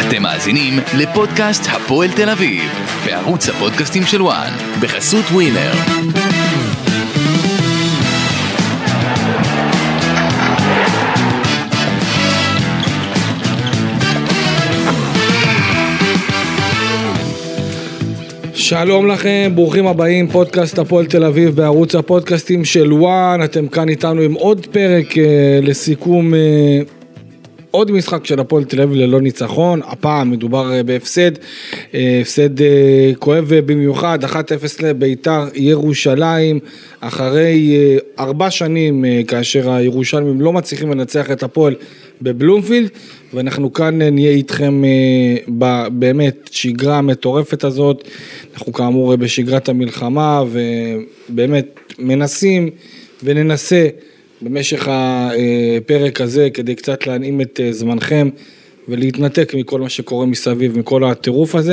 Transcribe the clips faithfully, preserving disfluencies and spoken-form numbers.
אתם מאזינים לפודקאסט הפועל תל אביב, בערוץ הפודקאסטים של וואן, בחסות ווינר. שלום לכם, ברוכים הבאים, פודקאסט הפועל תל אביב בערוץ הפודקאסטים של וואן. אתם כאן איתנו עם עוד פרק אה, לסיכום אה, עוד משחק של הפועל תל אביב ללא ניצחון. הפעם מדובר אה, בהפסד, אה, הפסד אה, כואב במיוחד, אחת אפס לביתר ירושלים, אחרי אה, ארבע שנים אה, כאשר הירושלמים לא מצליחים לנצח את הפועל בבלומפילד, ואנחנו כאן נהיה איתכם באמת שגרה המטורפת הזאת. אנחנו כאמור בשגרת המלחמה, ובאמת מנסים וננסה במשך הפרק הזה כדי קצת להנעים את זמנכם ולהתנתק מכל מה שקורה מסביב, מכל הטירוף הזה.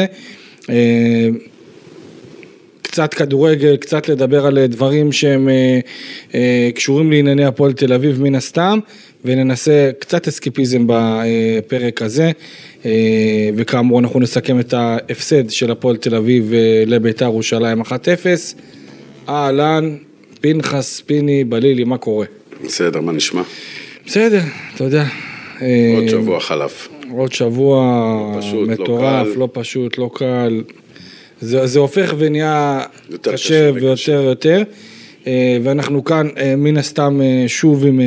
קצת כדורגל, קצת לדבר על דברים שהם קשורים לענייני הפועל תל אביב מן הסתם, וננסה קצת אסקיפיזם בפרק הזה, וכאמור אנחנו נסכם את ההפסד של הפועל תל אביב לביתר ירושלים אחת אפס. אהלן, פנחס, פיני, בלילי, מה קורה? בסדר, מה נשמע? בסדר, אתה יודע. עוד שבוע חלף. עוד שבוע מטורף, לא פשוט, לא קל. זה, זה הופך ונהיה קשה ויותר יותר, ואנחנו כאן מן הסתם שוב עם,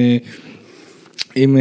עם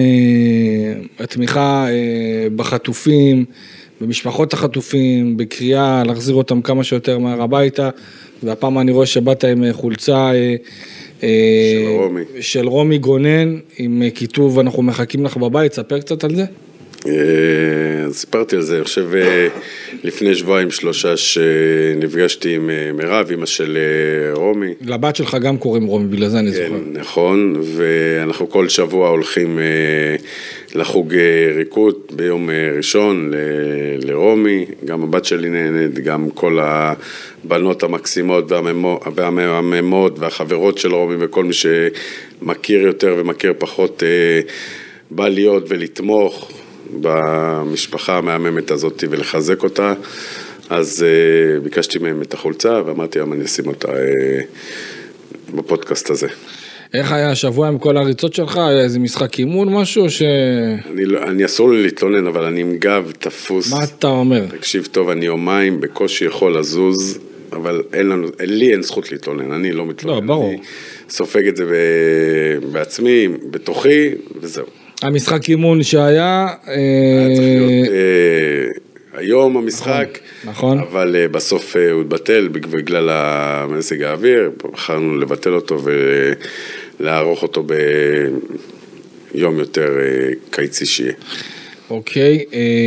התמיכה בחטופים, במשפחות החטופים, בקריאה להחזיר אותם כמה שיותר מהר הביתה, והפעם אני רואה שבאת עם חולצה של רומי. של רומי גונן, עם כיתוב אנחנו מחכים לך בבית, ספר קצת על זה. סיפרתי על זה, אני חושב לפני שבועיים שלושה שנפגשתי עם מירב, אמא של רומי. לבת שלך גם קוראים רומי, בגלל זה אני זוכר. כן, נכון, ואנחנו כל שבוע הולכים לחוג ריקוד ביום ראשון לרומי, גם הבת שלי נהנית, גם כל הבנות המקסימות והמהממות והחברות של רומי וכל מי שמכיר יותר ומכיר פחות בא להיות ולתמוך במשפחה המהממת הזאת ולחזק אותה. אז uh, ביקשתי מהם את החולצה ואמרתי להם אני אשים אותה uh, בפודקאסט הזה. איך היה השבוע עם כל הריצות שלך? היה איזה משחק אימון משהו ש... אני, אני אסור לי להתלונן, אבל אני עם גב תפוס. מה אתה אומר? תקשיב טוב, אני יומיים בקושי יכול לזוז, אבל אין לנו, לי אין זכות להתלונן, אני לא מתלונן. לא, ברור. אני סופג את זה בעצמי, בתוכי, וזהו. המשחק אימון שהיה... היה צריך להיות היום המשחק, נכון. אבל בסוף הוא התבטל בגלל המזג האוויר, בחרנו לבטל אותו ולערוך אותו ביום יותר קיצי שיהיה. אוקיי,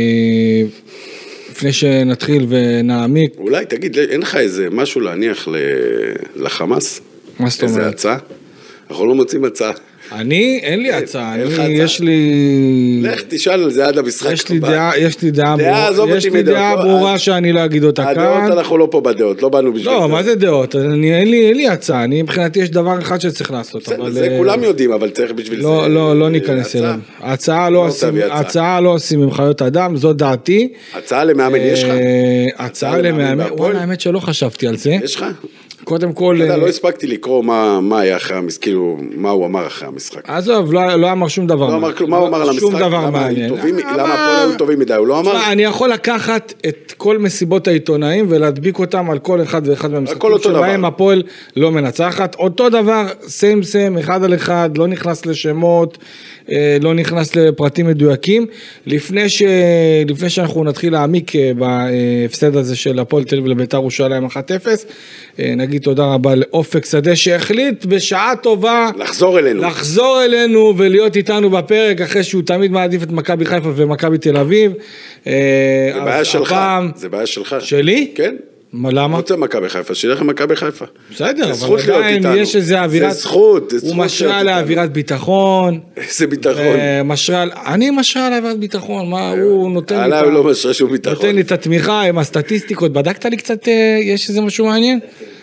לפני שנתחיל ונעמיק. אולי תגיד, אין לך איזה משהו להניח לחמאס? מה זאת אומרת? איזה הצעה? אנחנו לא מוצאים הצעה. אני, אין לי הצעה, יש לי... לך תשאל על זה עד המשחק. יש לי דעה, יש לי דעה ברורה, יש לי דעה ברורה שאני לא אגיד אותה כאן. הדעות אנחנו לא פה בדעות, לא באנו בשביל... לא, מה זה דעות? אין לי הצעה, אני מבחינתי יש דבר אחד שצריך לעשות. זה כולם יודעים, אבל צריך בשביל זה... לא, לא, לא ניכנס אליו. הצעה לא עושים עם חיות אדם, זו דעתי. הצעה למאמן יש לך? הצעה למאמן, וואלה, האמת שלא חשבתי על זה. יש לך? קודם כל... לא הספקתי לקרוא מה היה אחרי המשחק, כאילו, מה הוא אמר אחרי המשחק. עזוב, לא אמר שום דבר. לא אמר כלום, מה הוא אמר על המשחק? שום דבר מעניין. למה הפועל היו טובים מדי, הוא לא אמר? אני יכול לקחת את כל מסיבות העיתונאים ולהדביק אותם על כל אחד ואחד מהמשחקים שבהם הפועל לא מנצחת. אותו דבר, סיים סיים, אחד על אחד, לא נכנס לשמות, לא נכנס לפרטים מדויקים. לפני ש... לפני שאנחנו נתחיל להעמיק בהפסד הזה של הפועל תל אביב לביתר ירושלים אחת אפס, נגיד תודה רבה לאופק שדה שהחליט בשעה טובה לחזור אלינו. לחזור אלינו ולהיות איתנו בפרק אחרי שהוא תמיד מעדיף את מכבי חיפה ומכבי תל אביב. זה בעיה שלך. זה בעיה שלך. שלי? כן. מה, למה? רוצה מכבי חיפה, שילך למכבי חיפה. בסדר, אבל עדיין יש איזה אווירת... זה זכות, זה זכות. הוא משרה לאווירת ביטחון. איזה ביטחון? אני משרה לאווירת ביטחון, מה הוא נותן לי... עליו לא משרה שום ביטחון. נותן לי את התמיכה עם הסטטיסטיקות, בדקת לי קצת, יש איזה משהו מעניין?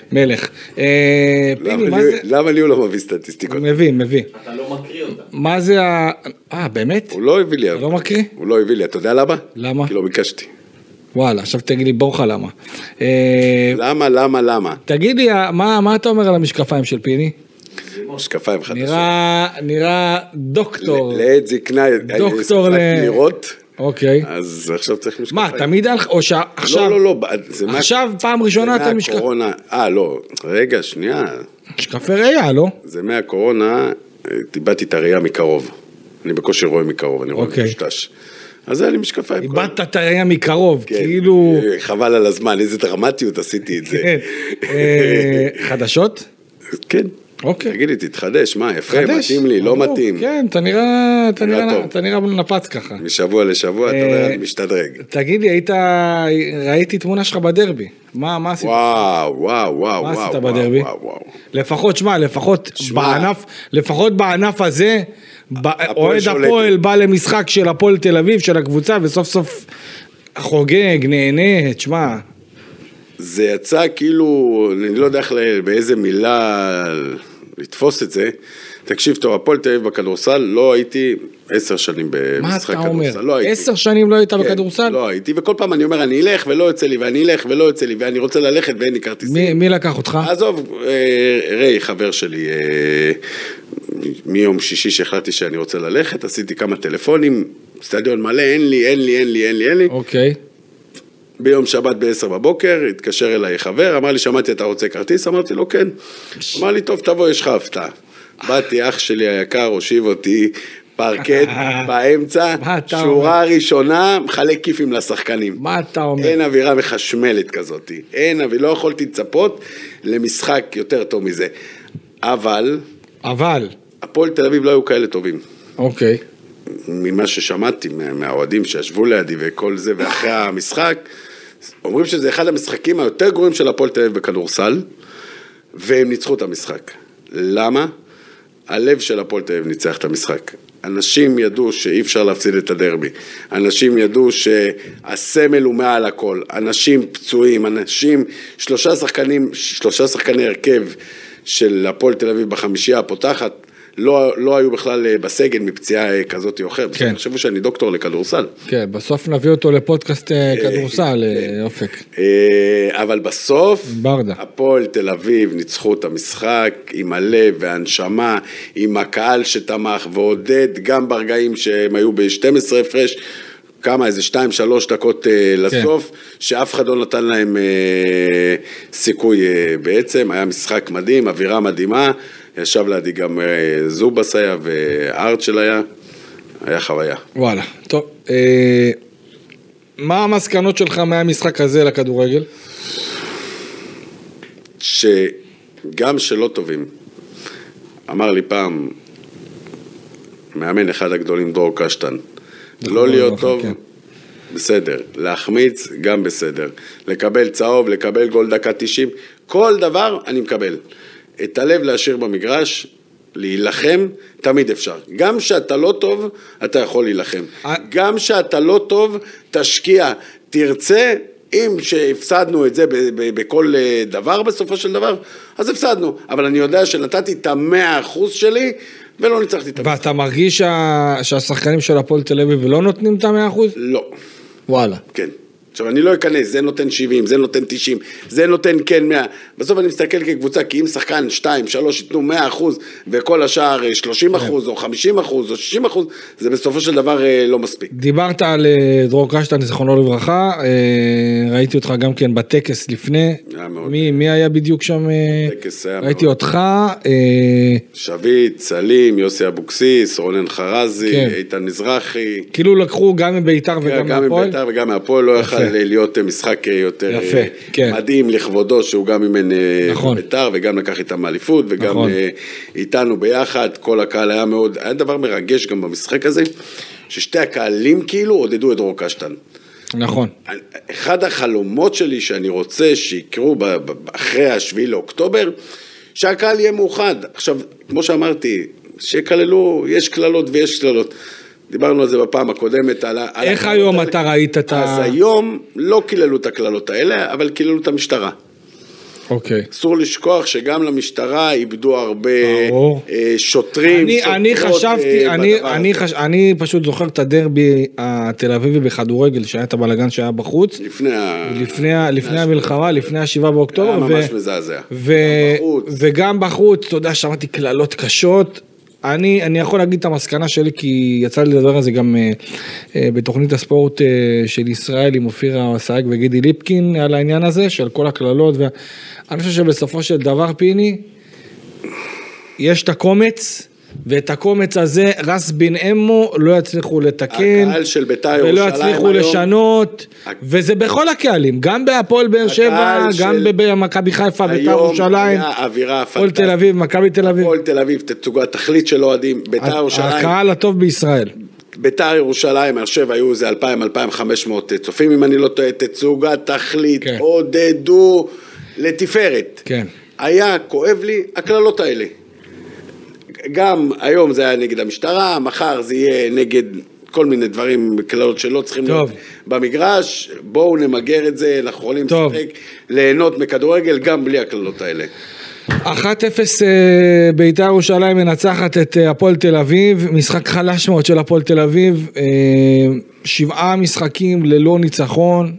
מלך. פיני, מה זה? למה לי הוא לא מביא סטטיסטיקות? מביא, מביא. אתה לא מקריא אותה. מה זה ה... אה, באמת? הוא לא הביא לי. לא מקריא? הוא לא הביא לי, אתה יודע למה? למה? כי לא ביקשתי. וואלה, עכשיו תגיד לי, ברוך למה. למה, למה, למה? תגיד לי, מה אתה אומר על המשקפיים של פיני? משקפיים חדשים. נראה, נראה דוקטור. לעת זקנה, דוקטור ל... לראות. אוקיי. אז עכשיו צריך משקפיים. מה, תמיד היה לך, או שעכשיו... לא, לא, לא. זה עכשיו פעם ראשונה אתה משקפיים. זה מהקורונה. אה, לא. רגע, שנייה. משקפי ראייה, לא? זה מהקורונה, איבדתי את הראייה מקרוב. אני בקושי רואה מקרוב, אני רואה משטש. אז זה היה לי משקפיים. איבדת את הראייה מקרוב, כאילו... חבל על הזמן, איזה דרמטיות עשיתי את זה. חדשות? כן. אוקיי. תגיד לי, תתחדש, מה, יפה, מתאים לי, לא מתאים. כן, אתה נראה, אתה נראה, אתה נראה נפץ ככה. משבוע לשבוע, אתה אומר, אני משתדרג. תגיד לי, היית, ראיתי תמונה שלך בדרבי. מה, מה עשית? וואו, וואו, וואו, מה עשית וואו, בדרבי? וואו, וואו. לפחות, שמע, לפחות בענף, לפחות בענף הזה, אוהד הפועל בא למשחק של הפועל תל אביב, של הקבוצה, וסוף סוף חוגג, נהנה, תשמע. זה יצא כאילו, אני לא יודע איך באיזה מילה לתפוס את זה. תקשיב טוב, הפועל תל אביב בכדורסל, לא הייתי עשר שנים במשחק כדורסל. מה אתה אומר? עשר שנים לא היית בכדורסל? לא הייתי, וכל פעם אני אומר, אני אלך ולא יוצא לי, ואני אלך ולא יוצא לי, ואני רוצה ללכת ואין לי כרטיסים. מי לקח אותך? עזוב, ריי, חבר שלי, מיום שישי שהחלטתי שאני רוצה ללכת, עשיתי כמה טלפונים, סטדיון מלא, אין לי, אין לי, אין לי, אין לי, אין לי. אוקיי. ביום שבת בעשר בבוקר, התקשר אליי חבר, אמר לי, שמעתי, אתה רוצה כרטיס? אמרתי לו, כן. אמר לי, טוב, תבוא, יש לך הפתעה. באתי, אח שלי היקר, הושיב אותי, פרקט באמצע, שורה ראשונה, מחלק כיפים לשחקנים. מה אתה אומר? אין אווירה מחשמלת כזאת. אין אווירה, לא יכולתי לצפות למשחק יותר טוב מזה. אבל... אבל... הפועל תל אביב לא היו כאלה טובים. אוקיי. ממה ששמעתי מהאוהדים שישבו לידי וכל זה, ואחרי המשחק, אומרים שזה אחד המשחקים היותר גרועים של הפועל תל אביב בכדורסל, והם ניצחו את המשחק. למה? הלב של הפועל תל אביב ניצח את המשחק. אנשים ידעו שאי אפשר להפסיד את הדרבי. אנשים ידעו שהסמל הוא מעל הכל. אנשים פצועים, אנשים, שלושה שחקנים, שלושה שחקני הרכב של הפועל תל אביב בחמישייה הפותחת, לא, לא היו בכלל בסגל מפציעה כזאת או אחרת. כן. אני חושב שאני דוקטור לכדורסל. כן, בסוף נביא אותו לפודקאסט כדורסל, אופק. אבל בסוף, ברדה. הפועל תל אביב ניצחו את המשחק עם הלב והנשמה, עם הקהל שתמך ועודד, גם ברגעים שהם היו ב-שתים עשרה הפרש, כמה, איזה שתיים, שלוש דקות לסוף, שאף אחד לא נתן להם סיכוי בעצם, היה משחק מדהים, אווירה מדהימה, ישב לידי גם זובס היה וארצ'ל היה, היה חוויה. וואלה, טוב. אה, מה המסקנות שלך מהמשחק הזה לכדורגל? שגם שלא טובים, אמר לי פעם, מאמן אחד הגדולים דרור קשטן, לא להיות טוב, כן. בסדר, להחמיץ גם בסדר, לקבל צהוב, לקבל גול דקה תשעים, כל דבר אני מקבל. את הלב להשאיר במגרש, להילחם, תמיד אפשר. גם שאתה לא טוב, אתה יכול להילחם. גם שאתה לא טוב, תשקיע, תרצה, אם שהפסדנו את זה בכל דבר בסופו של דבר, אז הפסדנו. אבל אני יודע שנתתי את המאה אחוז שלי, ולא ניצחתי את המשחק. ואתה מרגיש שהשחקנים של הפועל תל אביב לא נותנים את המאה אחוז? לא. וואלה. כן. עכשיו, אני לא אכנס, זה נותן שבעים, זה נותן תשעים, זה נותן כן מאה. בסוף אני מסתכל כקבוצה, כי אם שחקן שתיים, שלוש, ייתנו מאה אחוז, וכל השאר שלושים אחוז, או חמישים אחוז, או שישים אחוז, זה בסופו של דבר לא מספיק. דיברת על דרור קשטן, זכרונו לברכה, ראיתי אותך גם כן בטקס לפני. מי, מי היה בדיוק שם? טקס היה ראיתי מאוד. אותך. שביט, סלים, יוסי אבוקסיס, רונן חרזי, כן. איתן מזרחי. כאילו לקחו גם מביתר וגם גם מהפועל? גם מביתר וגם מהפועל, לא יכל להיות משחק יותר יפה, כן. מדהים לכבודו, שהוא גם אימן נכון. ביתר, וגם לקח איתם מאליפות, וגם נכון. איתנו ביחד, כל הקהל היה מאוד, היה דבר מרגש גם במשחק הזה, ששתי הקהלים כאילו עודדו את דרור קשטן. נכון. אחד החלומות שלי שאני רוצה שיקרו אחרי השביעי לאוקטובר, שהקהל יהיה מאוחד. עכשיו, כמו שאמרתי, שכללו, יש כללות ויש כללות. דיברנו על זה בפעם הקודמת. על איך היום אתה ראית את ה... אז היום לא כללו את הכללות האלה, אבל כללו את המשטרה. אוקיי. אסור לשכוח שגם למשטרה איבדו הרבה שוטרים. אני חשבתי, אני פשוט זוכר את הדרבי התל אביבי בכדורגל, שהיה את הבלגן שהיה בחוץ. לפני המלחמה, לפני השבעה באוקטובר. היה ממש מזעזע. וגם בחוץ, אתה יודע, שמעתי כללות קשות. אני, אני יכול להגיד את המסקנה שלי, כי יצא לי לדבר על זה גם אה, אה, בתוכנית הספורט אה, של ישראל, עם אופירה סייג וגידי ליפקין, על העניין הזה, של כל הכללות, ואני חושב שבסופו של דבר, פיני, יש את הקומץ, ואת הקומץ הזה, רס בן אמו, לא יצליחו לתקן, הקהל של בית"ר ירושלים ולא יצליחו היום, לשנות, הק... וזה בכל הקהלים, גם בהפועל באר שבע, גם של... במכבי חיפה, בית"ר ירושלים, הפועל תל אביב, מכבי תל אביב, הפועל תל אביב, תצוגה תכלית של אוהדים, בית"ר ירושלים, הקהל הטוב בישראל. בית"ר ירושלים, אני חושב, היו זה אלפיים אלפיים וחמש מאות צופים, אם אני לא טועה, תצוגה תכלית, כן. עודדו לתפארת. כן. היה כואב לי הכללות האלה. גם היום זה היה נגד המשטרה, מחר זה יהיה נגד כל מיני דברים, כללות שלא צריכים להיות במגרש, בואו נמגר את זה, אנחנו יכולים לשחק, ליהנות מכדורגל גם בלי הכללות האלה. אחת אפס בית"ר ירושלים מנצחת את הפועל תל אביב, משחק חלש מאוד של הפועל תל אביב, שבעה משחקים ללא ניצחון,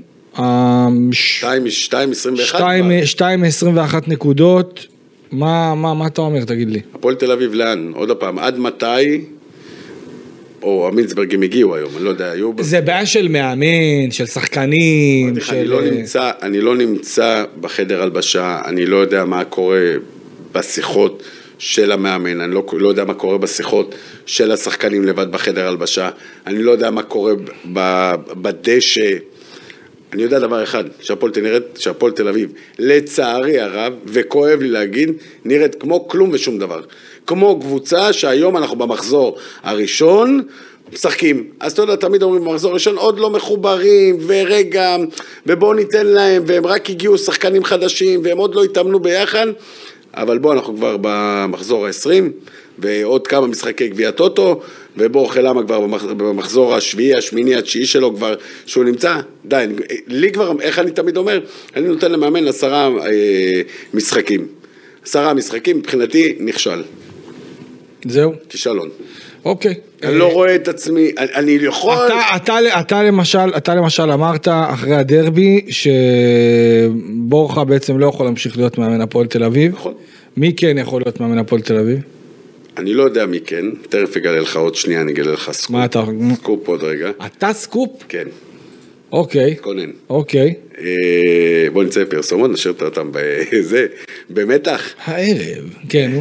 שתיים עשרים ואחת נקודות, מה, מה, מה אתה אומר, תגיד לי? הפועל תל אביב לאן? עוד הפעם, עד מתי, או המינסברגים הגיעו היום, אני לא יודע, היו... זה בעיה של מאמן, של שחקנים, של... אני לא נמצא, אני לא נמצא בחדר הלבשה, אני לא יודע מה קורה בשיחות של המאמן, אני לא, לא יודע מה קורה בשיחות של השחקנים לבד בחדר הלבשה, אני לא יודע מה קורה בדשא, אני יודע דבר אחד, שהפועל נראית, שהפועל תל אביב, לצערי הרב, וכואב לי להגיד, נראית כמו כלום ושום דבר. כמו קבוצה שהיום אנחנו במחזור הראשון, משחקים. אז אתה יודע, תמיד אומרים במחזור הראשון, עוד לא מחוברים, ורגע, ובואו ניתן להם, והם רק הגיעו שחקנים חדשים, והם עוד לא התאמנו ביחד, אבל בואו, אנחנו כבר במחזור ה-עשרים, ועוד כמה משחקי גביע טוטו, ובואו חלמה כבר במחזור השביעי, השמיני, התשיעי שלו כבר, שהוא נמצא, די, לי כבר, איך אני תמיד אומר, אני נותן למאמן עשרה אה, משחקים. עשרה משחקים, מבחינתי, נכשל. זהו? כישלון. אוקיי. אני לא רואה את עצמי, אני יכול... אתה, אתה, אתה למשל, אתה למשל אמרת אחרי הדרבי, שבורחה בעצם לא יכול להמשיך להיות מאמן הפועל תל אביב. נכון. מי כן יכול להיות מאמן הפועל תל אביב? אני לא יודע מי כן, תכף אגלה לך עוד שנייה, אני אגלה לך סקופ. מה אתה? סקופ עוד רגע. אתה סקופ? כן. אוקיי. קונן. אוקיי. בוא נצא פרסומות, נשאיר אותם בזה, במתח. הערב, כן.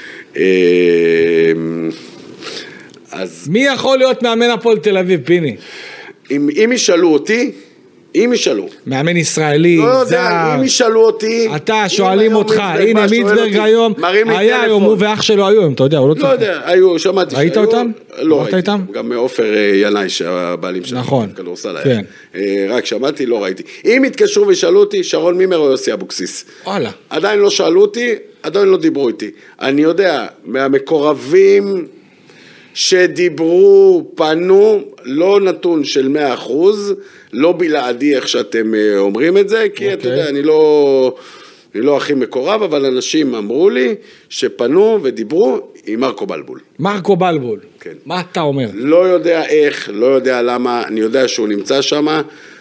אז... מי יכול להיות מאמן הפועל תל אביב, פיני? אם, אם ישאלו אותי, אם ישאלו. מאמן ישראלי, לא יודע, אם ישאלו אותי. אתה, שואלים אותך, הנה מיצברג היום, היה היום, הוא ואח שלו היו, אתה יודע, הוא לא צריך. לא יודע, היו, שמעתי. ראית אותם? לא ראיתי. גם עופר ינאי, שהבעלים שלנו. נכון. כדורסל היה. רק שמעתי, לא ראיתי. אם יתקשרו וישאלו אותי, שרון מימר או יוסי אבוקסיס. וואלה. עדיין לא שאלו אותי, עדיין לא דיברו איתי. אני יודע, מהמקורבים שדיברו, פנו, לא נתון של מאה אחוז, לא בלעדי איך שאתם אומרים את זה, כי אתה יודע, אני לא, אני לא הכי מקורב, אבל אנשים אמרו לי שפנו ודיברו עם מרקו בלבול. מרקו בלבול? כן. מה אתה אומר? לא יודע איך, לא יודע למה, אני יודע שהוא נמצא שם,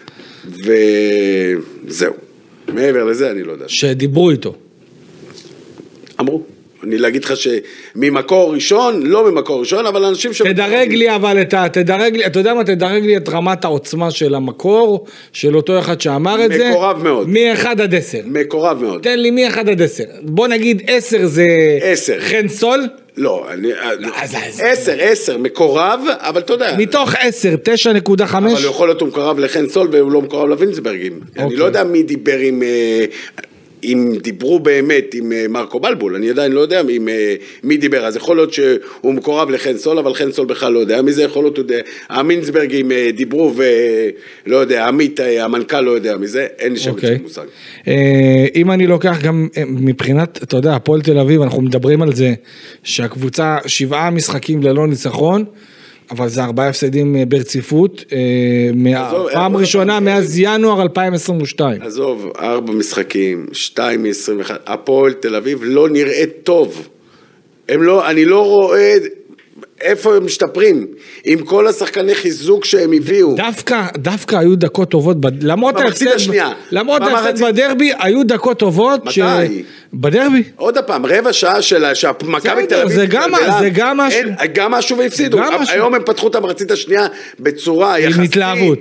וזהו. מעבר לזה אני לא יודע. שדיברו איתו. אמרו. אני להגיד לך שממקור ראשון, לא ממקור ראשון, אבל אנשים ש... תדרג לי אבל את ה... תדרג לי, אתה יודע מה? תדרג לי את רמת העוצמה של המקור, של אותו אחד שאמר את זה. מקורב מאוד. מ-אחד עד עשר. מקורב מאוד. תן לי מ-אחד עד עשר. בוא נגיד עשר זה... עשר. חן סול? לא, אני... עשר, עשר, מקורב, אבל אתה יודע... מתוך עשר, תשע נקודה חמש? אבל הוא יכול להיות מקורב לחן סול, והוא לא מקורב לווינסברגים. אני לא יודע מי דיבר עם... אם דיברו באמת עם מרקו בלבול, אני עדיין לא יודע עם, מי דיבר, אז יכול להיות שהוא מקורב לחן סול, אבל חן סול בכלל לא יודע מי זה, יכול להיות, המינסברגים דיברו ולא יודע, עמית, המנכ"ל לא יודע מי זה, אין לי שם okay. מושג. אם אני לוקח גם מבחינת, אתה יודע, הפועל תל אביב, אנחנו מדברים על זה, שהקבוצה שבעה משחקים ללא ניצחון, אבל זה ארבעה הפסדים ברציפות, פעם ראשונה מאז ינואר אלפיים עשרים ושתיים. עזוב, ארבע משחקים, שתיים מ-עשרים ואחת, הפועל תל אביב לא נראה טוב. הם לא, אני לא רואה איפה הם משתפרים, עם כל השחקני חיזוק שהם הביאו. דווקא, דווקא היו דקות טובות, למרות ההפסד, למרות ההפסד בדרבי, היו דקות טובות. מתי? בדרבי. עוד הפעם, רבע שעה של מכבי תל אביב. זה גם, זה גם משהו. גם משהו והפסידו. היום הם פתחו את המחצית השנייה בצורה יחסית,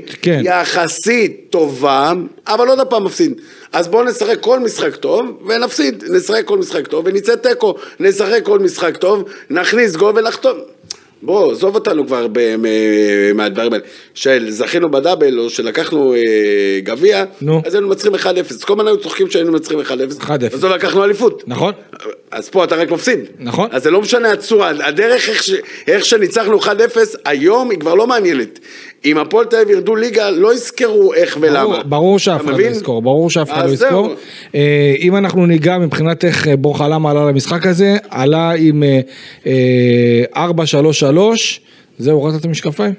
יחסית טובה, אבל עוד הפעם מפסיד. אז בואו נשחק כל משחק טוב ונפסיד, נשחק כל משחק טוב וניצא טקו, נשחק כל משחק טוב, נכניס גול ונחתום. בוא, עזוב אותנו כבר מהדברים האלה, שזכינו בדאבל או שלקחנו גביע, אז היינו מצליחים אחד אפס, כל מיני היו צוחקים שהיינו מצליחים אחד אפס, אז לא לקחנו אליפות. נכון. אז פה אתה רק מפסיד. נכון. אז זה לא משנה הצורה, הדרך איך שניצחנו אחד אפס, היום היא כבר לא מעניינת. אם הפועל תל אביב ירדו ליגה, לא יזכרו איך ולמה. ברור שאף אחד לא יזכור, ברור שאף אחד לא יזכור. אם אנחנו ניגע מבחינת איך בור חלם עלה למשחק הזה, עלה עם ארבע שלוש שלוש, זהו, הורדת את המשקפיים?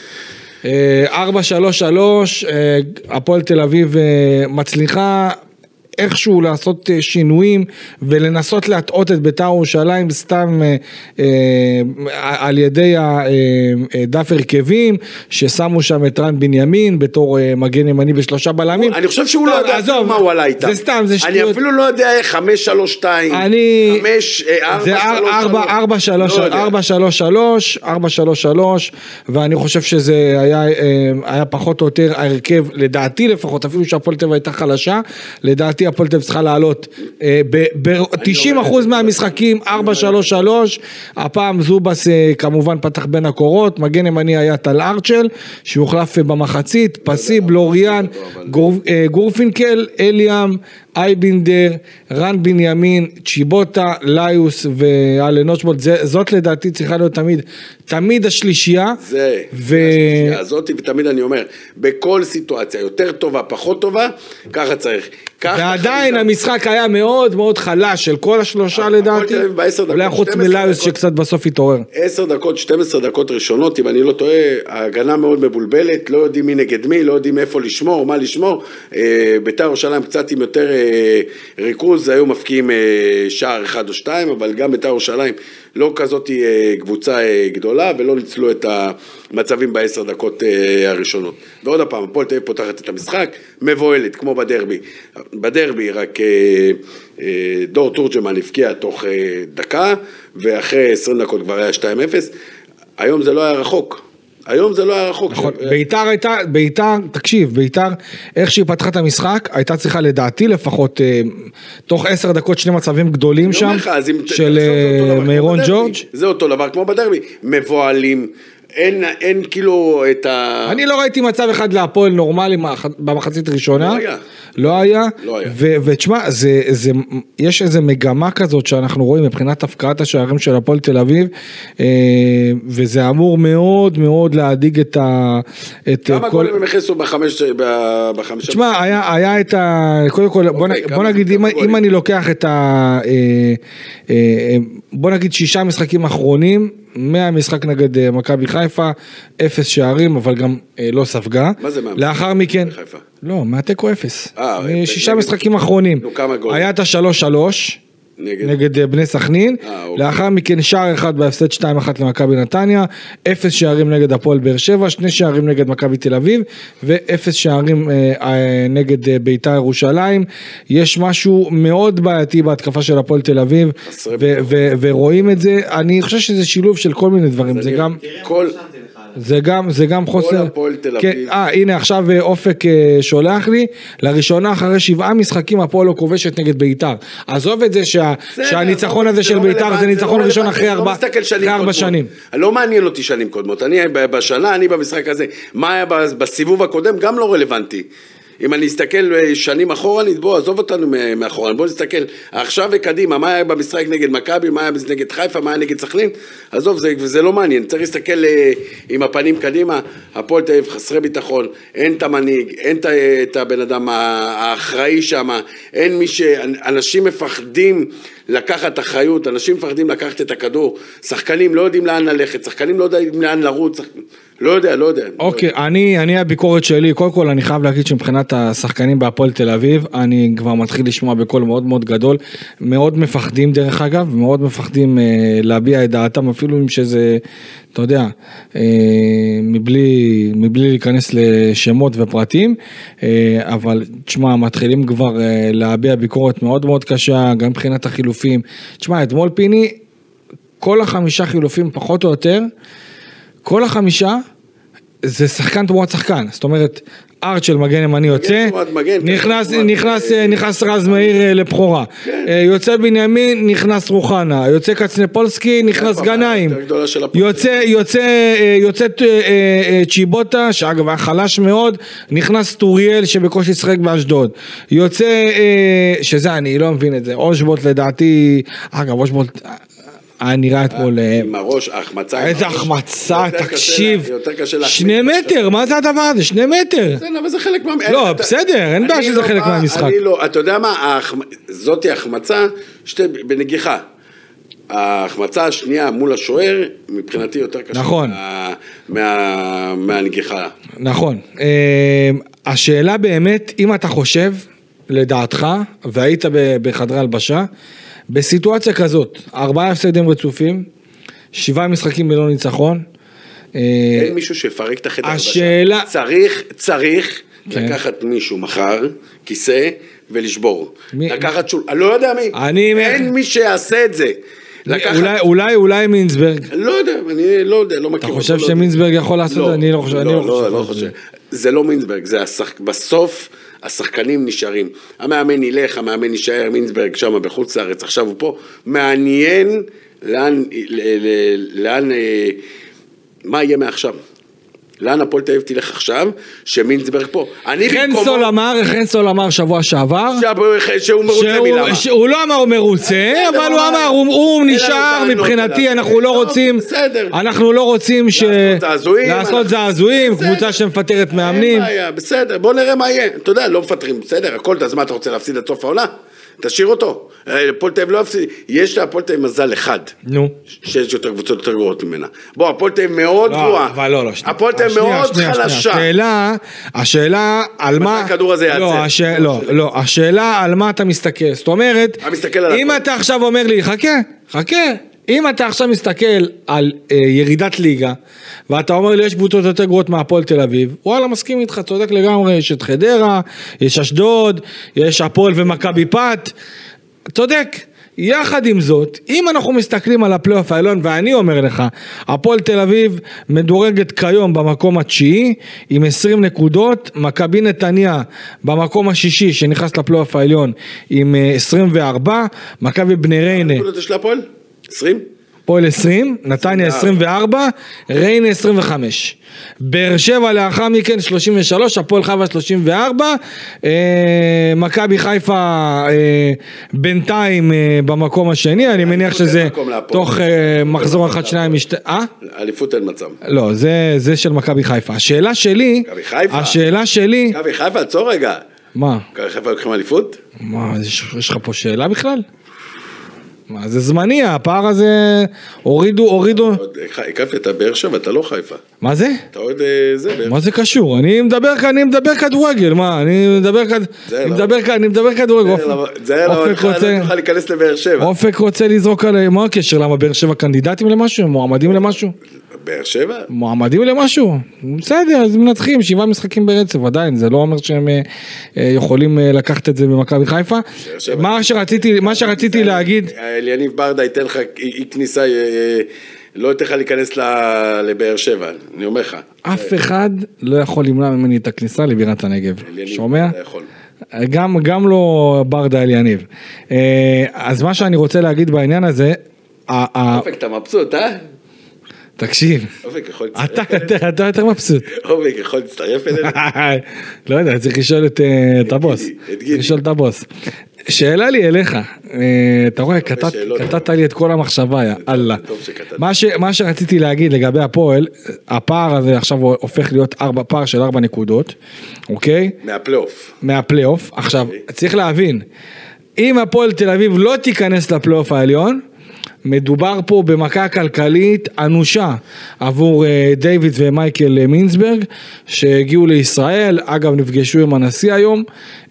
ארבע שלוש שלוש, הפועל תל אביב מצליחה איכשהו לעשות שינויים ולנסות להטעות את בית"ר ירושלים סתם אה, אה, על ידי הדף הרכבים ששמו שם את רן בנימין בתור אה, מגן ימני בשלושה בלמים. אני חושב שהוא לא יודע עזוב, מה הוא עלה איתם. זה סתם, זה שטויות. אני אפילו לא יודע חמש שלוש שתיים, חמש ארבע שלוש שלוש, ארבע שלוש שלוש, ואני חושב שזה היה, היה פחות או יותר ההרכב, לדעתי לפחות, אפילו שהפועל תל אביב הייתה חלשה, לדעתי הפועל תל אביב צריכה לעלות ב-תשעים אחוז מהמשחקים ארבע שלוש שלוש, הפעם זובס כמובן פתח בין הקורות, מגן ימני היה טל ארצ'ל, שהוחלף במחצית, פסיב, לוריאן, גורפינקל, אליאם, אייבינדר, רן בנימין, צ'יבוטה, ליוס ואלן אושבולט, זאת לדעתי צריכה להיות תמיד, תמיד השלישייה. זה, ו... השלישייה הזאת, ותמיד אני אומר, בכל סיטואציה, יותר טובה, פחות טובה, ככה צריך. ועדיין המשחק היה מאוד מאוד חלש של כל השלושה לדעתי, אולי חוץ מליוס שקצת בסוף התעורר. עשר דקות, שתים עשרה דקות ראשונות, אם אני לא טועה, ההגנה מאוד מבולבלת, לא יודעים מי נגד מי, לא יודעים איפה לשמור, מה לשמור, בית"ר ירושלים קצת עם יותר ריכוז, היו מפקיעים שער אחד או שתיים, אבל גם בית"ר ירושלים לא כזאת קבוצה גדולה, ולא ניצלו את המצבים בעשר דקות הראשונות. ועוד הפעם, הפועל תל אביב פותחת את המשחק, מבועלת, כמו בדרבי. בדרבי רק דור תורג'מן הפקיע תוך דקה, ואחרי עשרים דקות כבר היה שתיים אפס. היום זה לא היה רחוק. היום זה לא היה רחוק. נכון, ביתר הייתה, ביתר, תקשיב, ביתר, איך שהיא פתחה את המשחק, הייתה צריכה לדעתי לפחות, תוך עשר דקות שני מצבים גדולים שם, של מירון ג'ורג'. זה אותו דבר, כמו בדרבי, מבועלים, אין, אין כאילו את ה... אני לא ראיתי מצב אחד להפועל נורמלי במחצית הראשונה. לא היה. לא היה. לא היה. ותשמע, זה, זה, יש איזו מגמה כזאת שאנחנו רואים מבחינת הפקעת השערים של הפועל תל אביב, וזה אמור מאוד מאוד להדיג את ה... כמה כל... גולים הם הכניסו בחמש... בחמש... תשמע, היה, היה את ה... קודם כל, בוא, אוקיי, בוא נגיד, אם, אם אני לוקח את ה... בוא נגיד שישה משחקים אחרונים, מהמשחק נגד מכבי חיפה, אפס שערים, אבל גם לא ספגה. מה זה מה? לאחר מכן... חיפה? לא, מהתיקו אפס. אה, שישה משחקים אחרונים. נו, כמה גולים? היה את השלוש שלוש. נגד, נגד בני סכנין, לאחר מכן שער אחד בהפסד שתיים אחת למכבי נתניה, אפס שערים נגד הפועל באר שבע, שני שערים נגד מכבי תל אביב, ואפס שערים אה, אה, נגד אה, בית"ר ירושלים. יש משהו מאוד בעייתי בהתקפה של הפועל תל אביב, ו- ו- ורואים את זה, אני חושב שזה שילוב של כל מיני דברים, זה גם... כל... זה גם, זה גם חוסר. כל הפועל תל אביב. כן, אה, הנה עכשיו אופק שולח לי, לראשונה אחרי שבעה משחקים הפועל לא כובשת נגד בית"ר. עזוב את זה שה, שהניצחון הזה של בית"ר זה ניצחון ראשון אחרי ארבע, אחרי ארבע שנים. לא מעניין אותי שנים קודמות, אני בשנה, אני במשחק הזה, מה היה בסיבוב הקודם גם לא רלוונטי. אם אני אסתכל שנים אחורה, בוא, עזוב אותנו מאחורה, בוא נסתכל עכשיו וקדימה, מה היה במשחק נגד מכבי, מה היה נגד חיפה, מה היה נגד סכנין, עזוב, זה, זה לא מעניין, צריך להסתכל עם הפנים קדימה, הפועל תל אביב חסרי ביטחון, אין את המנהיג, אין את הבן אדם האחראי שם, אין מי שאנשים מפחדים לקחת אחריות, אנשים מפחדים לקחת את הכדור, שחקנים לא יודעים לאן ללכת, שחקנים לא יודעים לאן לרוץ, שחק... לא יודע, לא יודע. אוקיי, לא יודע. אני, אני הביקורת שלי, קודם כל אני חייב להגיד שמבחינת השחקנים בהפועל תל אביב, אני כבר מתחיל לשמוע בקול מאוד מאוד גדול, מאוד מפחדים דרך אגב, מאוד מפחדים אה, להביע את דעתם, אפילו אם שזה, אתה יודע, אה, מבלי, מבלי להיכנס לשמות ופרטים, אה, אבל תשמע, מתחילים כבר אה, להביע ביקורת מאוד מאוד קשה, גם מבחינת החילופים. תשמע, אתמול פיני, כל החמישה חילופים פחות או יותר, כל החמישה זה שחקן תמורת שחקן, זאת אומרת, ארט של מגן ימני יוצא, נכנס, נכנס, נכנס רז מאיר לבחורה, יוצא בנימין, נכנס רוחנה, יוצא קצנפולסקי, נכנס גנאים, יוצא, יוצא, יוצא צ'יבוטה, שאגב היה חלש מאוד, נכנס טוריאל שבקושי שחק באשדוד, יוצא, שזה אני לא מבין את זה, אושבולט לדעתי, אגב אושבולט, היה נראה אתמול... עם הראש, החמצה. איזה החמצה, תקשיב. שני מטר, מה זה הדבר הזה? שני מטר. אבל זה חלק מה... לא, בסדר, אין בעיה שזה חלק מהמשחק. אני לא, אתה יודע מה, זאתי החמצה, בנגיחה. ההחמצה השנייה מול השוער, מבחינתי יותר קשה. נכון. מהנגיחה. נכון. השאלה באמת, אם אתה חושב, לדעתך, והיית בחדרי הלבשה, בסיטואציה כזאת, ארבעה הפסדים רצופים, שבעה משחקים בלא ניצחון. אין מישהו שיפרק את החדר השאלה... הבשה. צריך, צריך כן. לקחת מישהו מחר, כיסא, ולשבור. מי... לקחת שול... אני לא יודע מי. אני... אין מי שיעשה את זה. לקחת... אולי, אולי, אולי מינסברג. לא יודע, אני לא יודע, לא מכיר. אתה חושב שמינסברג יכול לעשות את זה? אני לא חושב. לא, אני לא, לא, חושב. לא חושב. זה לא מינסברג, זה השח... בסוף... השחקנים נשארים, המאמן ילך, המאמן נשאר, מינסברג שם בחוץ לארץ, עכשיו הוא פה, מעניין לאן, לאן, מה יהיה מעכשיו? לאן הפועל תל אביב תלך עכשיו, שמינסברג פה. חנסול אמר, חנסול אמר שבוע שעבר, שהוא מרוצה מלמה. הוא לא אמר הוא מרוצה, אבל הוא אמר, הוא נשאר מבחינתי, אנחנו לא רוצים, אנחנו לא רוצים לעשות זעזועים, קבוצה שמפטרת מאמנים. בסדר, בוא נראה מה יהיה. אתה יודע, לא מפטרים, בסדר, הכל, אז מה אתה רוצה להפסיד עד סוף העונה? תשאיר אותו, הפועל תל אביב לא הפסיד, יש לה הפועל תל אביב מזל אחד, נו, שיש יותר קבוצות יותר גרועות ממנה, בוא הפועל תל אביב מאוד גרועה, אבל לא, לא, הפועל תל אביב מאוד חלשה, השאלה, השאלה על מה, הכדור הזה יעצר, לא, לא, השאלה על מה אתה מסתכל, זאת אומרת, אם אתה עכשיו אומר לי, חכה, חכה, אם אתה עכשיו מסתכל על אה, ירידת ליגה, ואתה אומר לי יש קבוצות יותר גרועות מהפועל תל אביב, וואלה מסכים איתך, צודק לגמרי, יש את חדרה, יש אשדוד, יש הפועל ומכבי פת, צודק. יחד עם זאת, אם אנחנו מסתכלים על הפלייאוף העליון, ואני אומר לך, הפועל תל אביב מדורגת כיום במקום התשיעי, עם עשרים נקודות, מכבי נתניה במקום השישי, שנכנס לפלייאוף העליון, עם עשרים וארבע, מכבי בני ריינה. נקודות יש להפועל? עשרים? הפועל עשרים, נתניה עשרים וארבע, ריינה עשרים וחמש. באר שבע לאחר מכן שלושים ושלוש, הפועל חיפה שלושים וארבע, מכבי חיפה בינתיים במקום השני, אני מניח שזה תוך מחזור אחד שניים משתי... אה? אליפות אין מצב. לא, זה של מכבי חיפה. השאלה שלי... מכבי חיפה? השאלה שלי... מכבי חיפה, עצור רגע. מה? מכבי חיפה לקחים אליפות? מה, יש לך פה שאלה בכלל? מה, זה זמני, הפער הזה, הורידו, הורידו... הקפת את באר שבע, אתה לא חיפה. מה זה? אתה עוד זה... מה זה קשור? אני מדבר כאן, אני מדבר כדורגל, מה? אני מדבר כאן, אני מדבר כאן, אני מדבר כדורגל. זה לא, אני תוכל להיכנס לבאר שבע. אופק רוצה לזרוק עליהם, מה הקשר? למה באר שבע קנדידטים למשהו? מועמדים למשהו? באר שבע? מועמדים למשהו? בסדר, אז מנצחים, שבעה משחקים ברצף, עדיין, זה לא אומר שהם יכולים לקחת את זה במכבי חיפה. מה שרציתי, מה שרציתי להגיד... אליניב ברדה ייתן לך אי כניסה, לא ייתן לך להיכנס לבאר שבע, אני אומר לך. אף אחד לא יכול למנוע ממני את הכניסה לבירת הנגב. שומע? גם, גם לא ברדה אליניב. אז מה שאני רוצה להגיד בעניין הזה... אופק, אתה מבסוט, אה? תקשיב, אתה יותר מבסוט. אופק, יכול להצטרף אלינו? לא יודע, צריך לשאול את הבוס. לשאול את הבוס. שאלה לי אליך, אתה רואה, קטעת לי את כל המחשבה, אללה. מה שרציתי להגיד לגבי הפועל, הפער הזה עכשיו הופך להיות פער של ארבע נקודות, אוקיי? מהפלייאוף. מהפלייאוף. עכשיו, צריך להבין, אם הפועל תל אביב לא תיכנס לפלייאוף העליון, מדובר פה במכה כלכלית אנושה עבור דיוויד ומייקל מינסברג שהגיעו לישראל, אגב נפגשו עם הנשיא היום,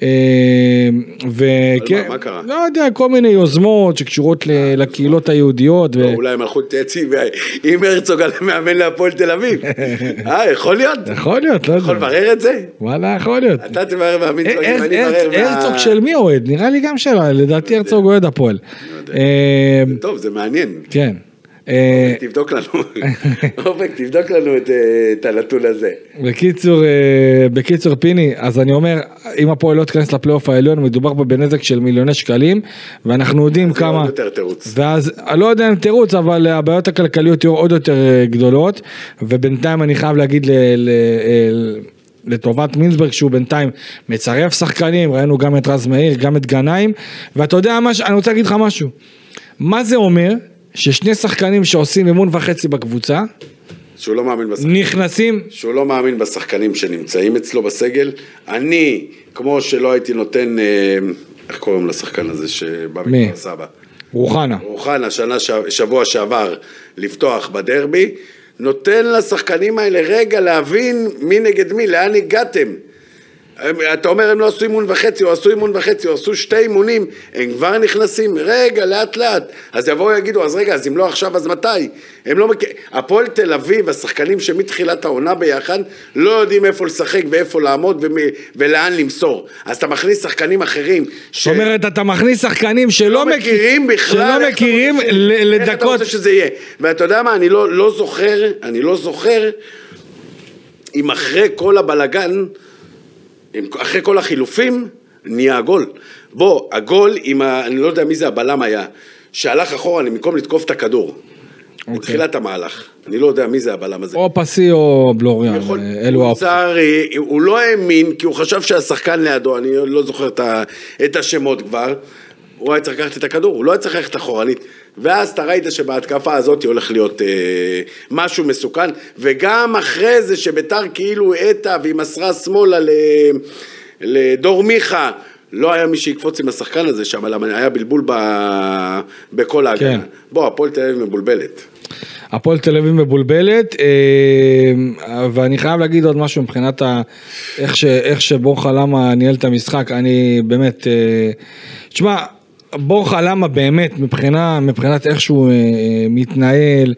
וכן, מה קרה? לא יודע, כל מיני יוזמות שקשורות לקהילות היהודיות. אולי הם הלכו תייצי עם הרצוג על מאמן להפועל תל אביב. אה, יכול להיות? יכול להיות, לא יודע. יכול לברר את זה? וואלה, יכול להיות. אתה תברר מאמין צוג, אם אני ברר מה... הרצוג של מי אוהד? נראה לי גם שלה, לדעתי הרצוג אוהד הפועל. טוב, זה מעניין. כן. תבדוק לנו, אופק, תבדוק לנו את הנתון הזה. בקיצור, בקיצור פיני, אז אני אומר, אם הפועל לא תכנס לפלייאוף העליון, מדובר פה בנזק של מיליוני שקלים, ואנחנו יודעים כמה... זה עוד יותר תירוץ. ואז, לא יודע אם תירוץ, אבל הבעיות הכלכליות יהיו עוד יותר גדולות, ובינתיים אני חייב להגיד ל... לטובת מינסברג שהוא בינתיים מצרף שחקנים, ראינו גם את רז מאיר, גם את גנאים, ואתה יודע מה, אני רוצה להגיד לך משהו, מה זה אומר ששני שחקנים שעושים אימון וחצי בקבוצה, שהוא לא מאמין בשחקנים, נכנסים, שהוא לא מאמין בשחקנים שנמצאים אצלו בסגל, אני, כמו שלא הייתי נותן, איך קוראים לשחקן הזה שבא מכפר סבא? רוחנה. רוחנה, שנה, שבוע שעבר, לפתוח בדרבי, נותן לשחקנים האלה רגע להבין מי נגד מי, לאן הגעתם. אתה אומר הם לא עשו אימון וחצי, או עשו אימון וחצי, או עשו שתי אימונים, הם כבר נכנסים, רגע, לאט לאט. אז יבואו יגידו, אז רגע, אז אם לא עכשיו, אז מתי? הם לא מכ... הפועל תל אביב, השחקנים שמתחילת העונה ביחד, לא יודעים איפה לשחק ואיפה לעמוד ומ... ולאן למסור. אז אתה מכניס שחקנים אחרים. ש... זאת אומרת, אתה מכניס שחקנים שלא לא מכירים בכלל. שלא מכירים לדקות. איך אתה רוצה שזה יהיה? ואתה יודע מה, אני לא, לא זוכר, אני לא זוכר, אם אחרי כל הבלגן, אחרי כל החילופים, נהיה הגול. בוא, הגול, עם ה... אני לא יודע מי זה הבלם היה, שהלך אחורה, אני במקום לתקוף את הכדור. Okay. מתחילת המהלך. אני לא יודע מי זה הבלם הזה. או פסי או בלוריאן. יכול... הוא, צערי, הוא לא האמין, כי הוא חשב שהשחקן לידו, אני לא זוכר את, ה... את השמות כבר, הוא היה צריך לקחת את הכדור, הוא לא היה צריך לקחת אחורנית. ואז אתה ראית שבהתקפה הזאת הולך להיות אה, משהו מסוכן, וגם אחרי זה שביתר כאילו העטה והיא מסרה שמאלה לדור מיכה, לא היה מי שיקפוץ עם השחקן הזה שם, היה בלבול ב, בכל ההגנה. כן. בוא, הפועל תל אביב מבולבלת. הפועל תל אביב מבולבלת, ואני חייב להגיד עוד משהו מבחינת ה... איך, ש... איך שבורחה למה ניהל את המשחק, אני באמת... תשמע, בורחה למה באמת מבחינה, מבחינת איך שהוא אה, מתנהל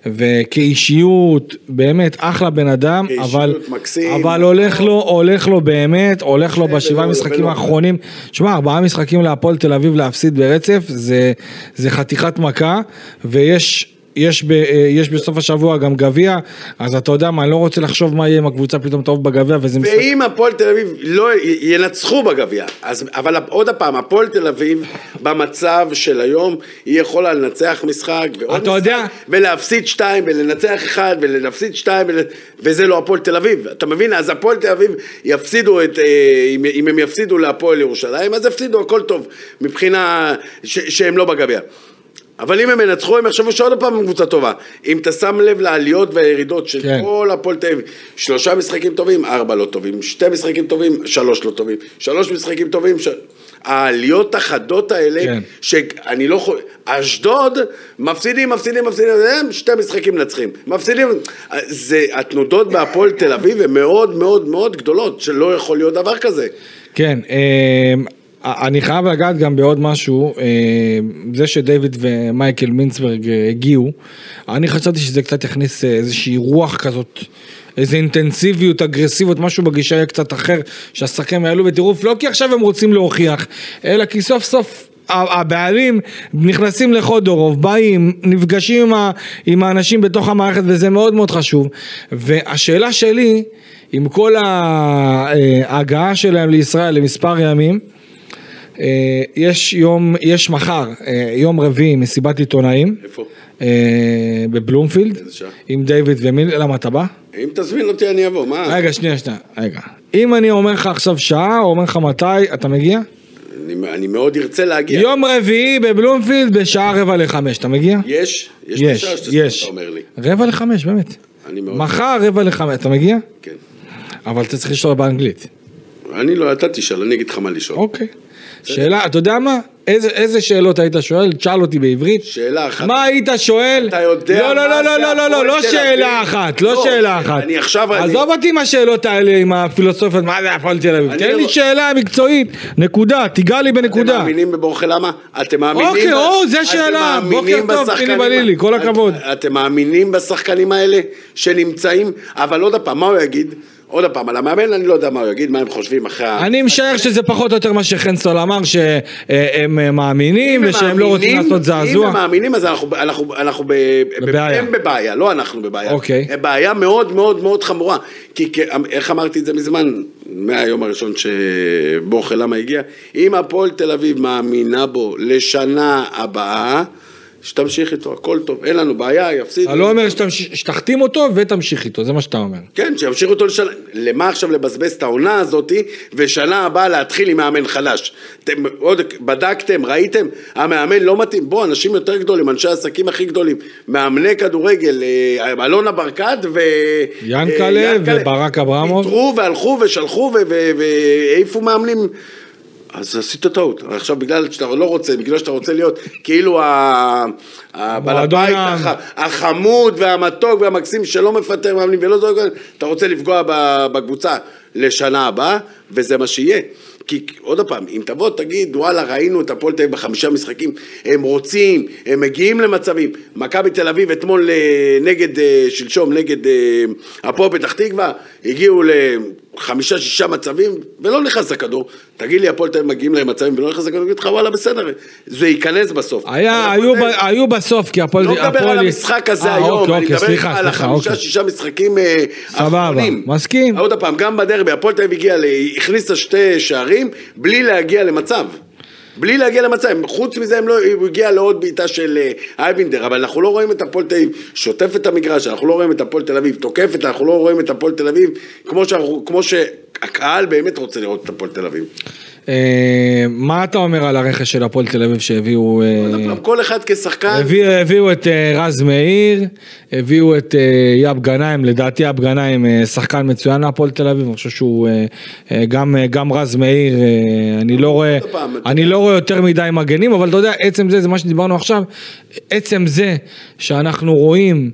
וכאישיות באמת אחלה בן אדם, אבל, מקסים, אבל הולך לו, הולך לו באמת, הולך לו בשבעה משחקים האחרונים, שמע, ארבעה משחקים להפועל תל אביב להפסיד ברצף, זה, זה חתיכת מכה, ויש יש, ב, יש בסוף השבוע גם גביע, אז אתה יודע מה, אני לא רוצה לחשוב מה יהיה עם הקבוצה פתאום טוב בגביע, וזה משחק... ואם הפועל תל אביב לא ינצחו בגביע, אז, אבל עוד הפעם, הפועל תל אביב במצב של היום, היא יכולה לנצח משחק, ועוד משחק, יודע... ולהפסיד שתיים, ולנצח אחד, ולהפסיד שתיים, ול... וזה לא הפועל תל אביב, אתה מבין? אז הפועל תל אביב יפסידו את, אם, אם הם יפסידו להפועל ירושלים, אז יפסידו הכל טוב, מבחינה ש... שהם לא בגביע. אבל אם הם ינצחו, הם יחשבו שעוד הפעם הם קבוצה טובה. אם אתה שם לב לעליות והירידות של כן. כל הפועל תל אביב, שלושה משחקים טובים, ארבע לא טובים, שתי משחקים טובים, שלוש לא טובים, שלוש משחקים טובים, ש... העליות החדות האלה, כן. שאני לא יכול... אשדוד, מפסידים, מפסידים, מפסידים, הם שתי משחקים נצחים. מפסידים, זה, התנודות בהפועל תל אביב הן מאוד מאוד מאוד גדולות, שלא יכול להיות דבר כזה. כן, אני חייב לגעת גם בעוד משהו, זה שדייוויד ומייקל מינסברג הגיעו, אני חשבתי שזה קצת יכניס איזושהי רוח כזאת, איזו אינטנסיביות, אגרסיביות, משהו בגישה יהיה קצת אחר, שהשחקנים יעלו בטירוף, לא כי עכשיו הם רוצים להוכיח, אלא כי סוף סוף הבעלים נכנסים לחודורוב, באים, נפגשים עם, ה, עם האנשים בתוך המערכת, וזה מאוד מאוד חשוב, והשאלה שלי, עם כל ההגעה שלהם לישראל למספר ימים, יש יום, יש מחר, יום רביעי, מסיבת עיתונאים. איפה? בבלומפילד. עם דיוויד ומיל, למה אתה בא? אם תזמין אותי אני אבוא, מה? רגע, שנייה, שנייה, רגע. אם אני אומר לך עכשיו שעה, או אומר לך מתי, אתה מגיע? אני, אני מאוד ארצה להגיע. יום רביעי בבלומפילד בשעה רבע לחמש, אתה מגיע? יש? יש, יש, יש. אומר לי. רבע לחמש, באמת. אני מאוד... מחר רבע לחמש, אתה מגיע? כן. אבל אתה צריך לשאול באנגלית. אני לא, אתה תשאל, אני אגיד לך מה לשאול. אוקיי. שאלה, אתה יודע מה? איזה, איזה שאלות היית שואל? תשאל אותי בעברית. שאלה אחת. מה היית שואל? אתה יודע לא, לא, לא, לא, לא, לא, לא, לא שאלה אחת, לא שאלה אחת. אני עכשיו... עזוב אותי עם השאלות האלה, עם הפילוסופיות, מה זה הפועל תל אביב? תן לי שאלה מקצועית, נקודה, תיגע לי בנקודה. אתם מאמינים בבורחה למה? אתם מאמינים... אוקיי, או, זה שאלה, בוקר טוב, פיני בלילי, כל הכבוד. אתם מאמינים בשחקנים האלה שנמצאים, אבל עוד הפעם, מה הוא יגיד? עוד הפעם, על המאמן אני לא יודע מה הוא יגיד, מה הם חושבים אחרי... אני משער שזה פחות או יותר מה שחנסול אמר, שהם מאמינים ושהם לא רוצים לעשות זעזוע. אם הם מאמינים, אז אנחנו בבעיה, לא אנחנו בבעיה. אוקיי. בעיה מאוד מאוד מאוד חמורה. כי איך אמרתי את זה מזמן, מהיום הראשון שבורחה למה הגיע, אם הפועל תל אביב מאמינה בו לשנה הבאה, שתמשיך איתו, הכל טוב, אין לנו בעיה, יפסיד. אתה לא אומר שתחתים אותו ותמשיך איתו, זה מה שאתה אומר. כן, שימשיך אותו לשנה, למה עכשיו לבזבז את העונה הזאת, ושנה הבאה להתחיל עם מאמן חדש. אתם עוד בדקתם, ראיתם, המאמן לא מתאים, בוא, אנשים יותר גדולים, אנשי העסקים הכי גדולים, מאמני כדורגל, אלונה ברקת ו... ינקלה וברק אברמוב. התרו והלכו ושלחו והעיפו מאמנים. אז עשית טעות, עכשיו בגלל שאתה לא רוצה, בגלל שאתה רוצה להיות כאילו הבעל הבית החמוד והמתוק והמקסים שלא מפטר מאמנים ולא זו, אתה רוצה לפגוע בקבוצה לשנה הבאה, וזה מה שיהיה. כי עוד פעם, אם תבוא תגיד, וואלה, ראינו את הפועל תל אביב בחמישה משחקים, הם רוצים, הם מגיעים למצבים, מכבי תל אביב אתמול נגד, שלשום, נגד הפועל פתח תקווה, הגיעו לחמישה, שישה מצבים, ולא נכנס לכדור, תגיד לי, הפועל תל אביב מגיעים למצבים ולא נכנס לכדור, תגיד לך, וואלה, בסדר, זה ייכנס בסוף. היו בסוף, כי הפועל... לא מדבר על המשחק הזה היום, אני מדבר על החמישה, שישה משחקים האחרונים. מסכים. עוד פעם, גם בדרבי, הפועל תל אביב הגיע, הכניסה שתי שערים, בלי להגיע למצב. בלי להגיע למצב. חוץ מזה, הם לא, הוא הגיע לעוד בעיטה של אייבינדר, אבל אנחנו לא רואים את הפועל תל אביב שוטף את המגרש, אנחנו לא רואים את הפועל תל אביב תוקפת, אנחנו לא רואים את הפועל תל אביב, כמו שאנחנו, כמו שהקהל באמת רוצה לראות את הפועל תל אביב. מה אתה אומר על הרכש של הפועל תל אביב שהביאו... כל אחד כשחקן... הביאו את רז מאיר, הביאו את יאב גנאים, לדעתי יאב גנאים שחקן מצוין להפועל תל אביב, אני חושב שהוא גם רז מאיר, אני לא רואה, אני לא רואה יותר מדי מגנים, אבל אתה יודע, עצם זה, זה מה שדיברנו עכשיו, עצם זה שאנחנו רואים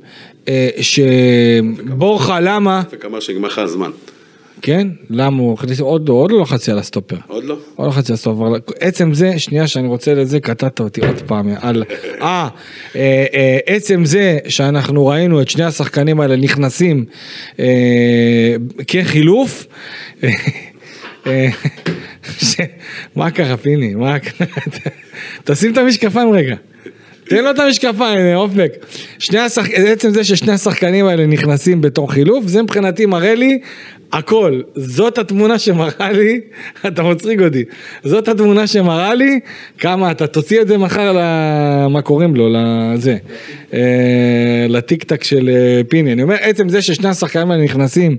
שבורחה למה... וכמה שגמר לך הזמן. כן? למה הוא חצי, עוד, עוד לא לחצי על הסטופר. עוד לא? עוד לא לחצי על הסטופר. עצם זה, שנייה שאני רוצה לזה, קטעת אותי עוד פעם. על, אה, אה, עצם זה שאנחנו ראינו את שני השחקנים האלה נכנסים אה, כחילוף, אה, ש... מה קרה פיני? מה קרה? תשים את המשקפיים רגע. תן לו את המשקפיים, אופק. שני השחק... עצם זה ששני השחקנים האלה נכנסים בתור חילוף, זה מבחינתי מראה לי הכל. זאת התמונה שמראה לי, אתה מצחיק אותי, זאת התמונה שמראה לי, כמה אתה תוציא את זה מחר, מה קוראים לו, לזה, לטיק-טק של פיני. אני אומר, עצם זה ששני השחקנים האלה נכנסים,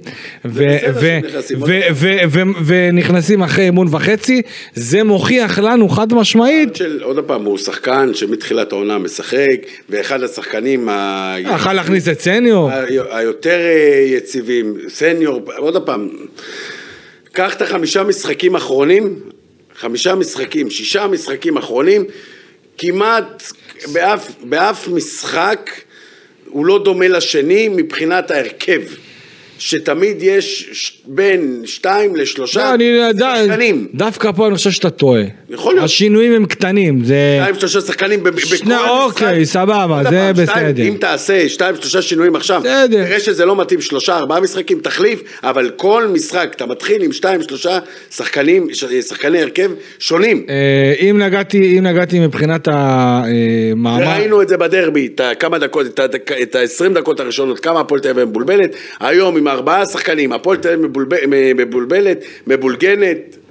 ונכנסים אחרי אימון וחצי, זה מוכיח לנו חד משמעית. עוד פעם, הוא שחקן שמתחילת העונה משחק, ואחד השחקנים יכול להכניס את סניור היותר יציבים, סניור, עוד פעם, קח את החמישה משחקים אחרונים, חמישה משחקים, שישה משחקים אחרונים, כמעט באף, באף משחק הוא לא דומה לשני מבחינת ההרכב. שתמיד יש בין שתיים לשלושה שחקנים. דווקא פה אני חושב שאתה טועה. יכול להיות. השינויים הם קטנים. שתיים שלושה שחקנים בכל המשחק. אוקיי, סבבה, זה בסדר. אם תעשה שתיים שלושה שינויים עכשיו, תראה שזה לא מתאים שלושה, ארבעה משחקים, תחליף, אבל כל משחק, אתה מתחיל עם שתיים שלושה שחקנים, שחקני הרכב שונים. אם נגעתי, אם נגעתי מבחינת המאמר. ראינו את זה בדרבי, כמה דקות, את ה-עשרים דקות הראשונות, כמה הפועל תל אביב מבולבלת, היום עם ארבעה שחקנים, הפועל תל אביב מבולבלת, מבולגנת.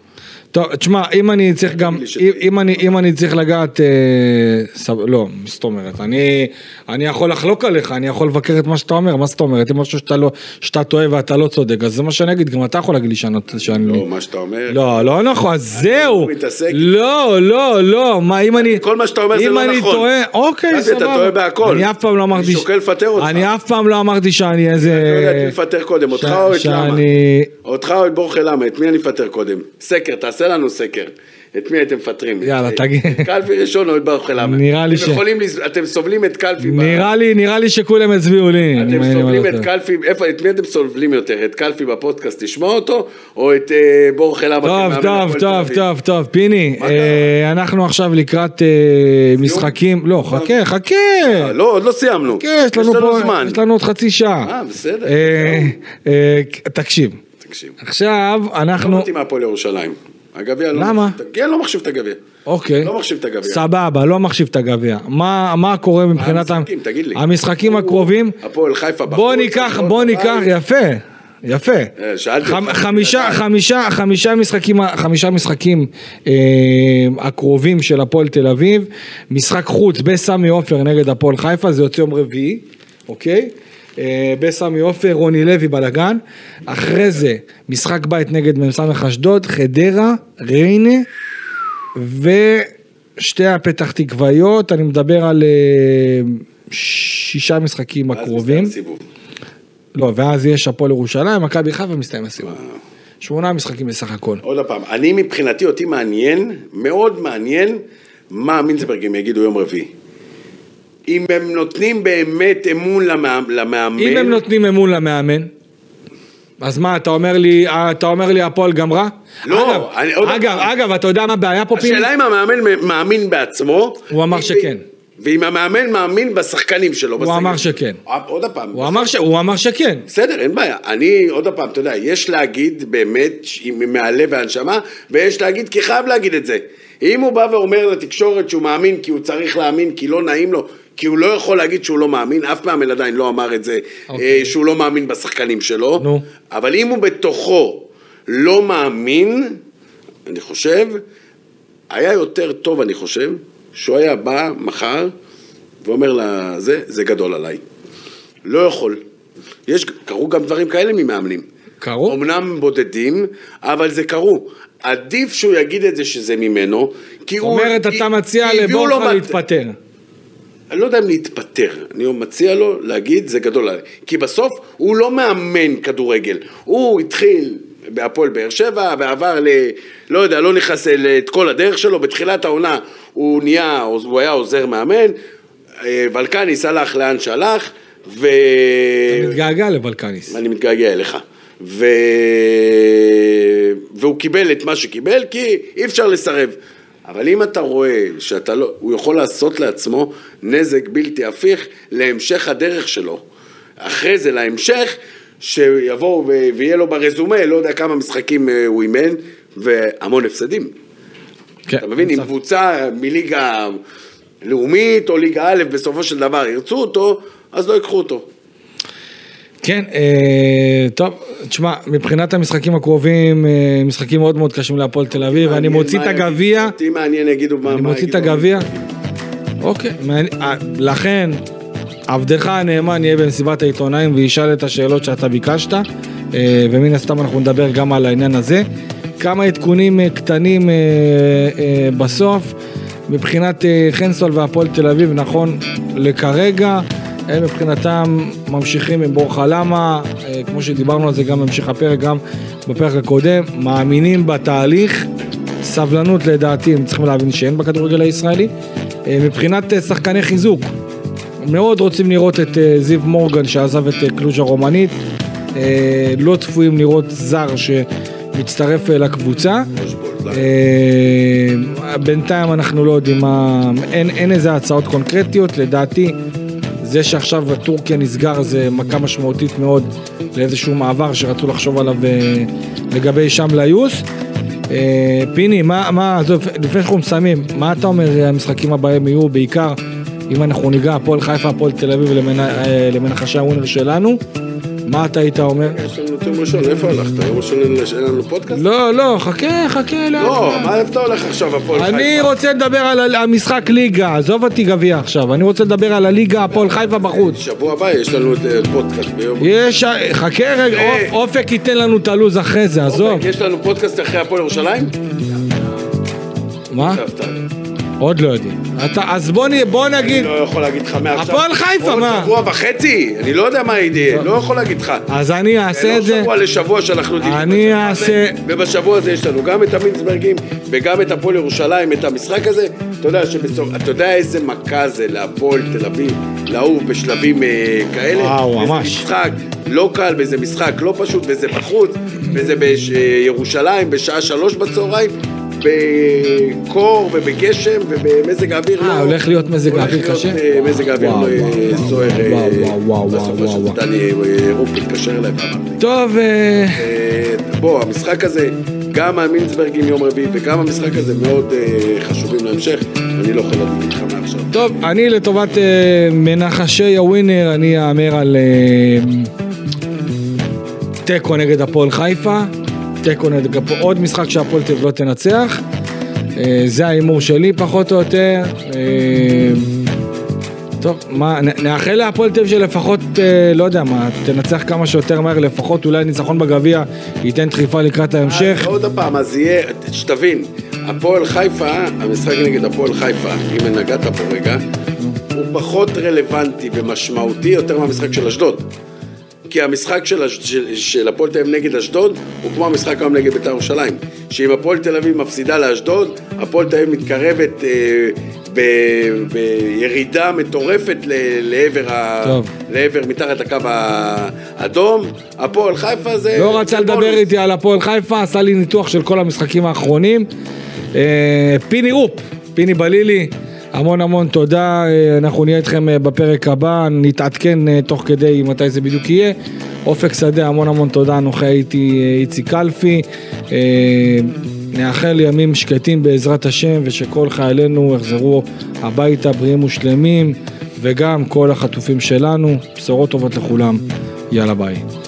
טוב, תשמע, אם אני צריך גם, אם אני, אם אני צריך לגעת, לא, זאת אומרת, אני, אני יכול לחלוק עליך, אני יכול לבקר את מה שאתה אומר, מה זאת אומרת, אם משהו שאתה לא, שאתה טועה ואתה לא צודק, אז זה מה שאני אגיד, גם אתה יכול להגיד לי שאני, לא, מה שאתה אומר. לא, לא נכון, זהו. לא, לא, לא, מה, אם אני, כל מה שאתה אומר זה לא נכון. אם אני טועה, אוקיי, סבבה. אתה טועה בהכל. אני אף פעם לא אמרתי, אני שוקל לפטר אותך. אני אף פעם לא אמרתי שאני איזה, אני לא יודעת מי לפטר קודם, אותך או את למה? אותך או את בורחה למה, את מי אני אפטר קודם? סקר, תעשה לנו סקר. את מי אתם מפטרים? יאללה, תגיד. קלפי ראשון או את בורחה למה? נראה לי ש... אתם סובלים את קלפי... נראה לי, נראה לי שכולם הצביעו לי. אתם סובלים את קלפי, איפה, את מי אתם סובלים יותר? את קלפי בפודקאסט, תשמע אותו? או את בורחה למה? טוב, טוב, טוב, טוב, טוב, פיני, אנחנו עכשיו לקראת משחקים, לא, חכה, חכה. לא, עוד לא סיימנו. יש לנו פה, יש לנו עוד חצי שעה. אה, בסדר. תקשיב. תקשיב. עכשיו אנחנו... לא מתאים מהפועל ירושלים. הגביע לא... למה? כן, לא מחשיב את הגביע. אוקיי. לא מחשיב את הגביע. סבבה, לא מחשיב את הגביע. מה, מה קורה מבחינת... המשחקים, תגיד לי. המשחקים הקרובים... הפועל חיפה בחוץ. בוא ניקח, בוא ניקח, יפה. יפה. שאלתי. חמישה, חמישה, חמישה משחקים, חמישה משחקים הקרובים של הפועל תל אביב. משחק חוץ בסמי עופר נגד הפועל חיפה, זה יוצא יום רביעי, אוקיי? בסמי עופר, רוני לוי בלגן, אחרי זה משחק בית נגד ממסמך אשדוד, חדרה, ריינה ושתי הפתח תקוויות, אני מדבר על שישה משחקים הקרובים. לא, ואז יש הפועל ירושלים, מכבי חיפה מסתיים הסיבוב. שמונה משחקים בסך הכל. עוד פעם, אני מבחינתי אותי מעניין, מאוד מעניין, מה מינצברג יגידו יום רביעי. אם הם נותנים באמת אמון למאמן... אם הם נותנים אמון למאמן, אז מה, אתה אומר לי, אתה אומר לי הפועל גם רע? לא, אגב, אני, אגב, אגב, אתה יודע מה הבעיה פה? השאלה אם המאמן מאמין בעצמו... הוא אמר שכן. ואם המאמן מאמין בשחקנים שלו... הוא אמר שכן. עוד הפעם. הוא אמר, ש... הוא אמר שכן. בסדר, אין בעיה. אני, עוד הפעם, אתה יודע, יש להגיד באמת, מהלב והנשמה, ויש להגיד, כי חייב להגיד את זה. אם הוא בא ואומר לתקשורת שהוא מאמין, כי הוא צריך להאמין, כי לא נעים לו, כי הוא לא יכול להגיד שהוא לא מאמין, אף מאמן עדיין לא אמר את זה, okay. שהוא לא מאמין בשחקנים שלו, no. אבל אם הוא בתוכו לא מאמין, אני חושב, היה יותר טוב, אני חושב, שהוא היה בא מחר, ואומר לזה, זה גדול עליי. לא יכול. יש, קרו גם דברים כאלה ממאמנים. קרו? אמנם בודדים, אבל זה קרו. עדיף שהוא יגיד את זה שזה ממנו, כי הוא... אומרת, אתה מציע לבורחה להתפטר. אני לא יודע אם להתפטר, אני מציע לו להגיד, זה גדול עליי. כי בסוף הוא לא מאמן כדורגל. הוא התחיל בהפועל באר שבע, ועבר ל... לא יודע, לא נכנס את כל הדרך שלו. בתחילת העונה הוא נהיה, הוא היה עוזר מאמן. ולקניס הלך לאן שהלך, ו... אתה מתגעגע לוולקניס. אני מתגעגע אליך. ו... והוא קיבל את מה שקיבל, כי אי אפשר לסרב. אבל אם אתה רואה שאתה לא, הוא יכול לעשות לעצמו נזק בלתי הפיך להמשך הדרך שלו. אחרי זה להמשך, שיבוא ויהיה לו ברזומה, לא יודע כמה משחקים הוא אימן, והמון הפסדים. כן, אתה מבין, אם קבוצה מליגה לאומית או ליגה א' בסופו של דבר ירצו אותו, אז לא ייקחו אותו. כן, טוב, תשמע, מבחינת המשחקים הקרובים, משחקים מאוד מאוד קשים להפועל תל אביב, אני מוציא את הגביע, אותי מעניין יגידו מה, אני מוציא את הגביע, אוקיי, לכן, עבדך הנאמן יהיה במסיבת העיתונאים וישאל את השאלות שאתה ביקשת, ומן הסתם אנחנו נדבר גם על העניין הזה, כמה עדכונים קטנים בסוף, מבחינת חנסול והפועל תל אביב, נכון לכרגע, הם מבחינתם ממשיכים עם בורחה למה, כמו שדיברנו על זה גם בהמשך הפרק, גם בפרק הקודם, מאמינים בתהליך, סבלנות לדעתי, הם צריכים להבין שאין בכדורגל הישראלי, מבחינת שחקני חיזוק, מאוד רוצים לראות את זיו מורגן שעזב את קלוז' הרומנית, לא צפויים לראות זר שמצטרף לקבוצה, בינתיים אנחנו לא יודעים, אין, אין איזה הצעות קונקרטיות, לדעתי, זה שעכשיו טורקיה נסגר זה מכה משמעותית מאוד לאיזשהו מעבר שרצו לחשוב עליו לגבי שם ליוס. פיני, מה, מה, לפני שאנחנו מסיימים, מה אתה אומר המשחקים הבאים יהיו בעיקר, אם אנחנו ניגע הפועל חיפה, הפועל תל אביב למנחשי הווינר שלנו, מה אתה היית אומר? יש לנו יום ראשון, איפה הלכת? יום ראשון אין לנו פודקאסט? לא, לא, חכה, חכה. לא, מה איפה אתה הולך עכשיו הפועל חיפה? אני רוצה לדבר על המשחק ליגה, עזוב אותי גביע עכשיו, אני רוצה לדבר על הליגה הפועל חיפה בחוץ. שבוע הבא יש לנו פודקאסט ביום. יש, חכה רגע, אופק ייתן לנו את הלו"ז אחרי זה, עזוב. יש לנו פודקאסט אחרי הפועל ירושלים? מה? עוד לא יודעים. אז בוא נגיד... אני לא יכול להגיד לך מעכשיו. הפועל חיפה, מה? עוד שבוע וחצי, אני לא יודע מה יהיה, לא יכול להגיד לך. אז אני אעשה את זה. לא שבוע לשבוע שאנחנו דינים. אני אעשה... ובשבוע הזה יש לנו גם את המינסברגים וגם את הפועל ירושלים, את המשחק הזה. אתה יודע שבסוף, אתה יודע איזה מכה זה להפועל תל אביב, לעוף בשלבים כאלה. וואו, ממש. וזה משחק לא קל, וזה משחק לא פשוט, וזה בחוץ, וזה בירושלים בשעה שלוש בצהריים. בקור ובגשם ובמזג האוויר. אה, הולך להיות מזג האוויר קשה? הולך להיות מזג האוויר סוער. וואו, וואו, בסופו וואו, של וואו. דני רופ התקשר אליי ואמרתי. טוב. בוא, המשחק הזה, גם המינסברגים יום רביעי וגם המשחק הזה מאוד חשובים להמשך. אני לא יכול להגיד איתך מעכשיו. טוב, אני לטובת מנחשי הווינר, אני אאמר על תיקו נגד הפועל חיפה. תיקו נגד עוד משחק שהפועל תל אביב לא תנצח. זה האימור שלי פחות או יותר. טוב, מה, נאחל להפועל תל אביב שלפחות, לא יודע מה, תנצח כמה שיותר מהר, לפחות אולי ניצחון בגביע ייתן דחיפה לקראת ההמשך. עוד הפעם, אז יהיה, שתבין, הפועל חיפה, המשחק נגד הפועל חיפה, אם נגעת פה רגע, הוא פחות רלוונטי ומשמעותי יותר מהמשחק של אשדוד. כי המשחק של, של, של הפועל תל אביב נגד אשדוד הוא כמו המשחק היום נגד בית"ר ירושלים. שאם הפועל תל אביב מפסידה לאשדוד, הפועל תל אביב מתקרבת אה, ב, בירידה מטורפת ל, לעבר, ה, לעבר מתחת הקו האדום. הפועל חיפה זה... לא רצה לדבר בונוס. איתי על הפועל חיפה, עשה לי ניתוח של כל המשחקים האחרונים. אה, פיני רופ, פיני בלילי. המון המון תודה, אנחנו נהיה איתכם בפרק הבא, נתעדכן תוך כדי מתי זה בדיוק יהיה. אופק שדה, המון המון תודה, אנוכי הייתי איציק קלפי, נאחל ימים שקטים בעזרת השם, ושכל חיילינו יחזרו הביתה בריאים ושלמים, וגם כל החטופים שלנו, בשורות טובות לכולם, יאללה ביי.